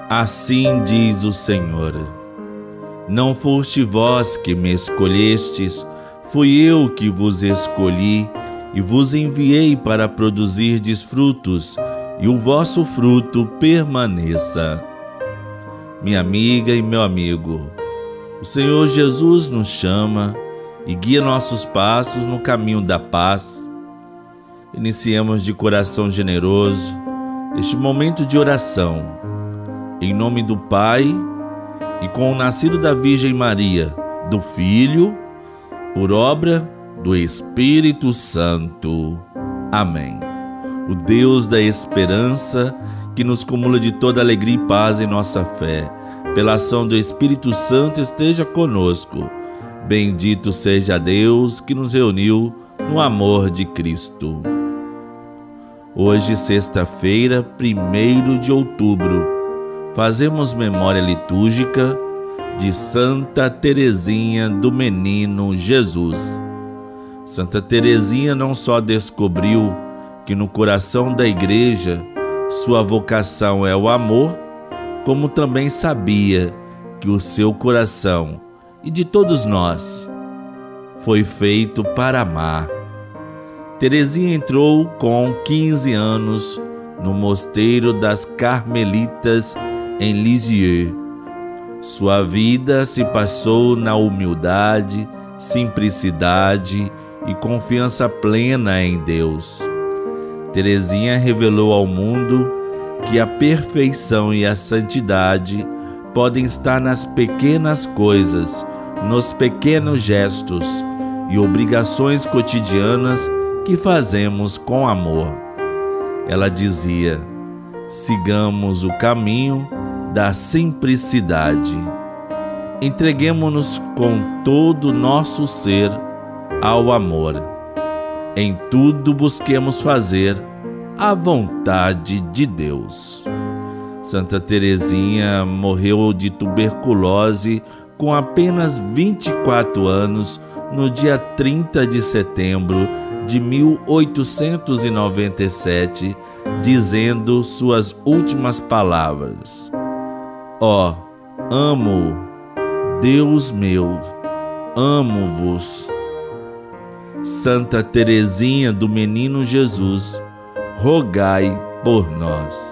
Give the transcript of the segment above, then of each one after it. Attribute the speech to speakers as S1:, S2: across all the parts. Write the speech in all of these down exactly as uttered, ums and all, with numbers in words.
S1: Assim diz o Senhor: não foste vós que me escolhestes, fui eu que vos escolhi e vos enviei para produzirdes frutos, e o vosso fruto permaneça. Minha amiga e meu amigo, o Senhor Jesus nos chama e guia nossos passos no caminho da paz. Iniciemos de coração generoso este momento de oração, em nome do Pai e com o nascido da Virgem Maria, do Filho, por obra do Espírito Santo. Amém. O Deus da esperança, que nos cumula de toda alegria e paz em nossa fé, pela ação do Espírito Santo, esteja conosco. Bendito seja Deus que nos reuniu no amor de Cristo. Hoje, sexta-feira, primeiro de outubro, fazemos memória litúrgica de Santa Teresinha do Menino Jesus. Santa Teresinha não só descobriu que no coração da Igreja sua vocação é o amor, como também sabia que o seu coração, e de todos nós, foi feito para amar. Teresinha entrou com quinze anos no mosteiro das Carmelitas em Lisieux. Sua vida se passou na humildade, simplicidade e confiança plena em Deus. Teresinha revelou ao mundo que a perfeição e a santidade podem estar nas pequenas coisas, nos pequenos gestos e obrigações cotidianas que fazemos com amor. Ela dizia: sigamos o caminho da simplicidade. Entreguemo-nos com todo o nosso ser ao amor. Em tudo busquemos fazer a vontade de Deus. Santa Teresinha morreu de tuberculose com apenas vinte e quatro anos no dia trinta de setembro de mil oitocentos e noventa e sete, dizendo suas últimas palavras: ó, oh, amo, Deus meu, amo-vos. Santa Teresinha do Menino Jesus, rogai por nós.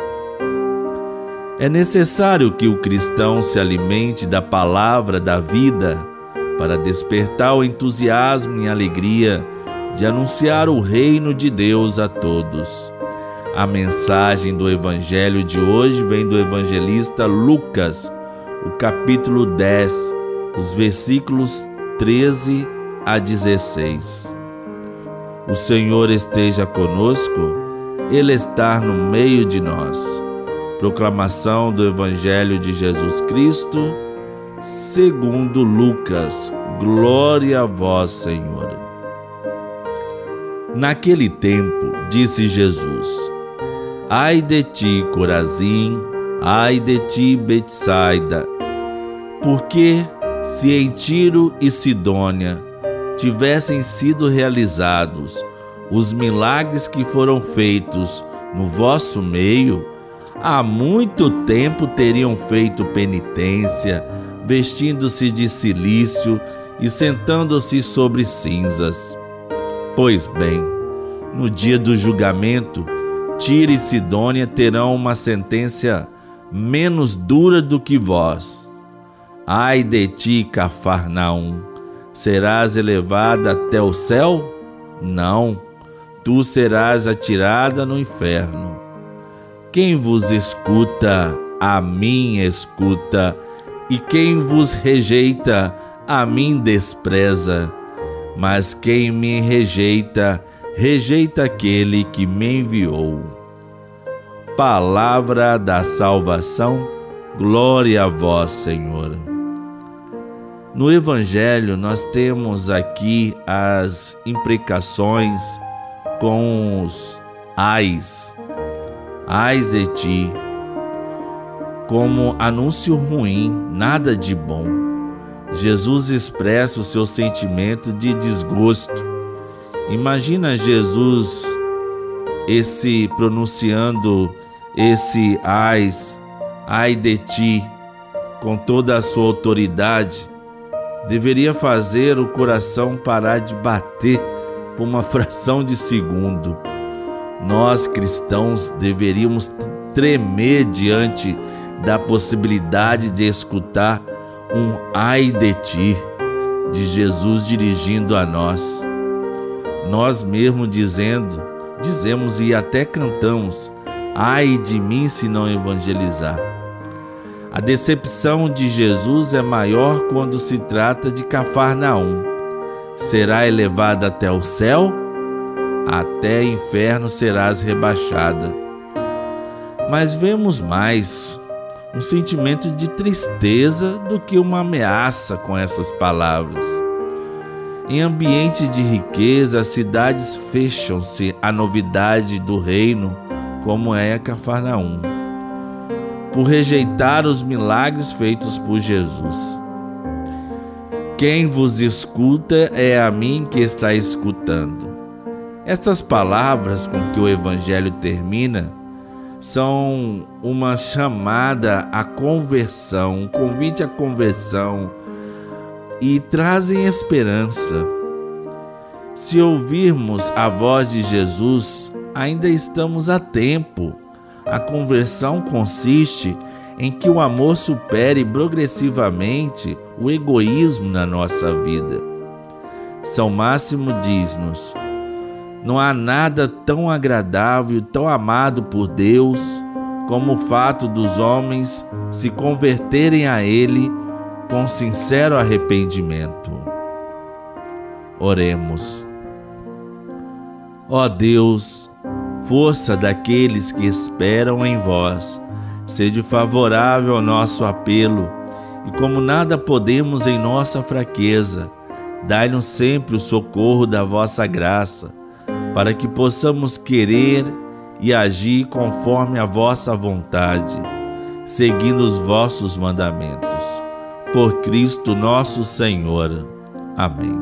S1: É necessário que o cristão se alimente da palavra da vida para despertar o entusiasmo e alegria de anunciar o reino de Deus a todos. A mensagem do Evangelho de hoje vem do evangelista Lucas, o capítulo dez, os versículos treze a dezesseis. O Senhor esteja conosco, Ele está no meio de nós. Proclamação do Evangelho de Jesus Cristo, segundo Lucas. Glória a vós, Senhor. Naquele tempo, disse Jesus: ai de ti, Corazim, ai de ti, Betsaida, porque se em Tiro e Sidônia tivessem sido realizados os milagres que foram feitos no vosso meio, há muito tempo teriam feito penitência, vestindo-se de cilício e sentando-se sobre cinzas. Pois bem, no dia do julgamento, Tiro e Sidônia terão uma sentença menos dura do que vós. Ai de ti, Cafarnaum, serás elevada até o céu? Não, tu serás atirada no inferno. Quem vos escuta, a mim escuta, e quem vos rejeita, a mim despreza. Mas quem me rejeita, rejeita aquele que me enviou. Palavra da salvação, glória a vós, Senhor. No Evangelho nós temos aqui as imprecações com os ais, ais de ti, como anúncio ruim, nada de bom. Jesus expressa o seu sentimento de desgosto. Imagina Jesus esse pronunciando esse ais ai de ti, com toda a sua autoridade, deveria fazer o coração parar de bater por uma fração de segundo. Nós, cristãos, deveríamos tremer diante da possibilidade de escutar um ai de ti de Jesus dirigindo a nós. Nós mesmos dizendo, dizemos e até cantamos: ai de mim se não evangelizar. A decepção de Jesus é maior quando se trata de Cafarnaum. Será elevada até o céu? Até inferno serás rebaixada. Mas vemos mais um sentimento de tristeza do que uma ameaça com essas palavras. Em ambiente de riqueza, as cidades fecham-se à novidade do reino, como é Cafarnaum, por rejeitar os milagres feitos por Jesus. Quem vos escuta é a mim que está escutando. Estas palavras com que o Evangelho termina são uma chamada à conversão, um convite à conversão, e trazem esperança. Se ouvirmos a voz de Jesus, ainda estamos a tempo. A conversão consiste em que o amor supere progressivamente o egoísmo na nossa vida. São Máximo diz-nos: não há nada tão agradável e tão amado por Deus como o fato dos homens se converterem a Ele com sincero arrependimento. Oremos. Ó Deus, força daqueles que esperam em vós, sede favorável ao nosso apelo, e como nada podemos em nossa fraqueza, dai-nos sempre o socorro da vossa graça, para que possamos querer e agir conforme a vossa vontade, seguindo os vossos mandamentos. Por Cristo nosso Senhor. Amém.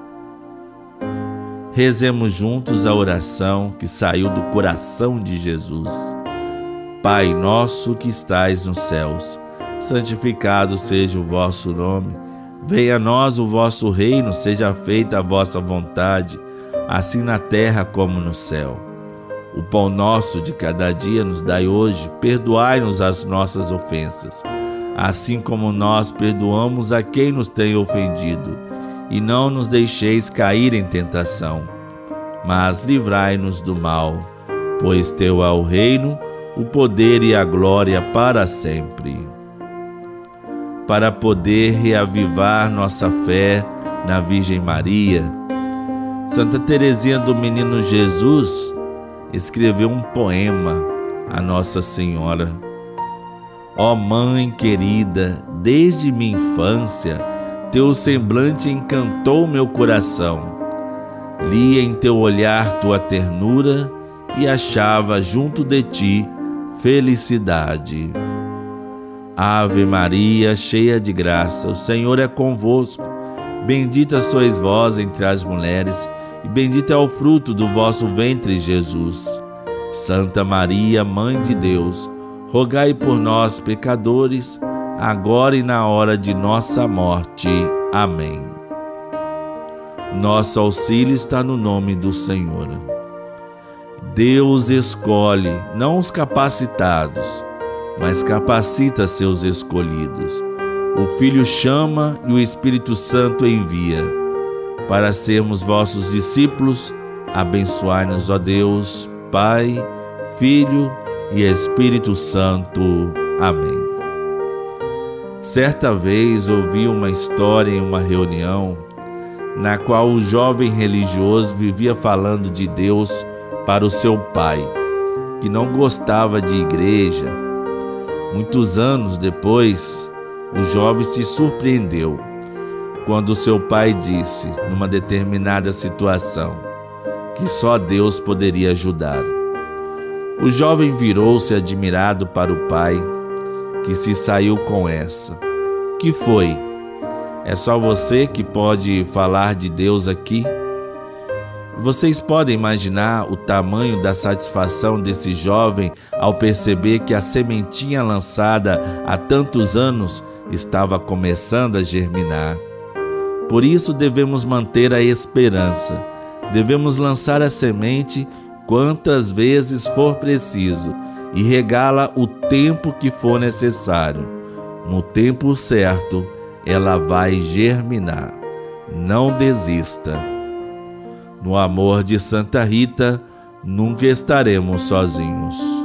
S1: Rezemos juntos a oração que saiu do coração de Jesus. Pai nosso que estais nos céus, santificado seja o vosso nome. Venha a nós o vosso reino, seja feita a vossa vontade, assim na terra como no céu. O pão nosso de cada dia nos dai hoje, perdoai-nos as nossas ofensas, assim como nós perdoamos a quem nos tem ofendido, e não nos deixeis cair em tentação, mas livrai-nos do mal, pois teu é o reino, o poder e a glória para sempre. Para poder reavivar nossa fé na Virgem Maria, Santa Teresinha do Menino Jesus escreveu um poema a Nossa Senhora. Ó Mãe querida, desde minha infância, teu semblante encantou meu coração. Lia em teu olhar tua ternura e achava junto de ti felicidade. Ave Maria, cheia de graça, o Senhor é convosco. Bendita sois vós entre as mulheres, e bendito é o fruto do vosso ventre, Jesus. Santa Maria, Mãe de Deus, rogai por nós, pecadores, agora e na hora de nossa morte. Amém. Nosso auxílio está no nome do Senhor. Deus escolhe, não os capacitados, mas capacita seus escolhidos. O Filho chama e o Espírito Santo envia. Para sermos vossos discípulos, abençoai-nos, ó Deus, Pai, Filho e Espírito Santo. Amém. Certa vez ouvi uma história em uma reunião na qual o jovem religioso vivia falando de Deus para o seu pai, que não gostava de igreja. Muitos anos depois, o jovem se surpreendeu quando seu pai disse, numa determinada situação, que só Deus poderia ajudar. O jovem virou-se admirado para o pai, que se saiu com essa: que foi? É só você que pode falar de Deus aqui? Vocês podem imaginar o tamanho da satisfação desse jovem ao perceber que a sementinha lançada há tantos anos estava começando a germinar. Por isso devemos manter a esperança. Devemos lançar a semente quantas vezes for preciso e regá-la o tempo que for necessário. No tempo certo, ela vai germinar. Não desista. No amor de Santa Rita, nunca estaremos sozinhos.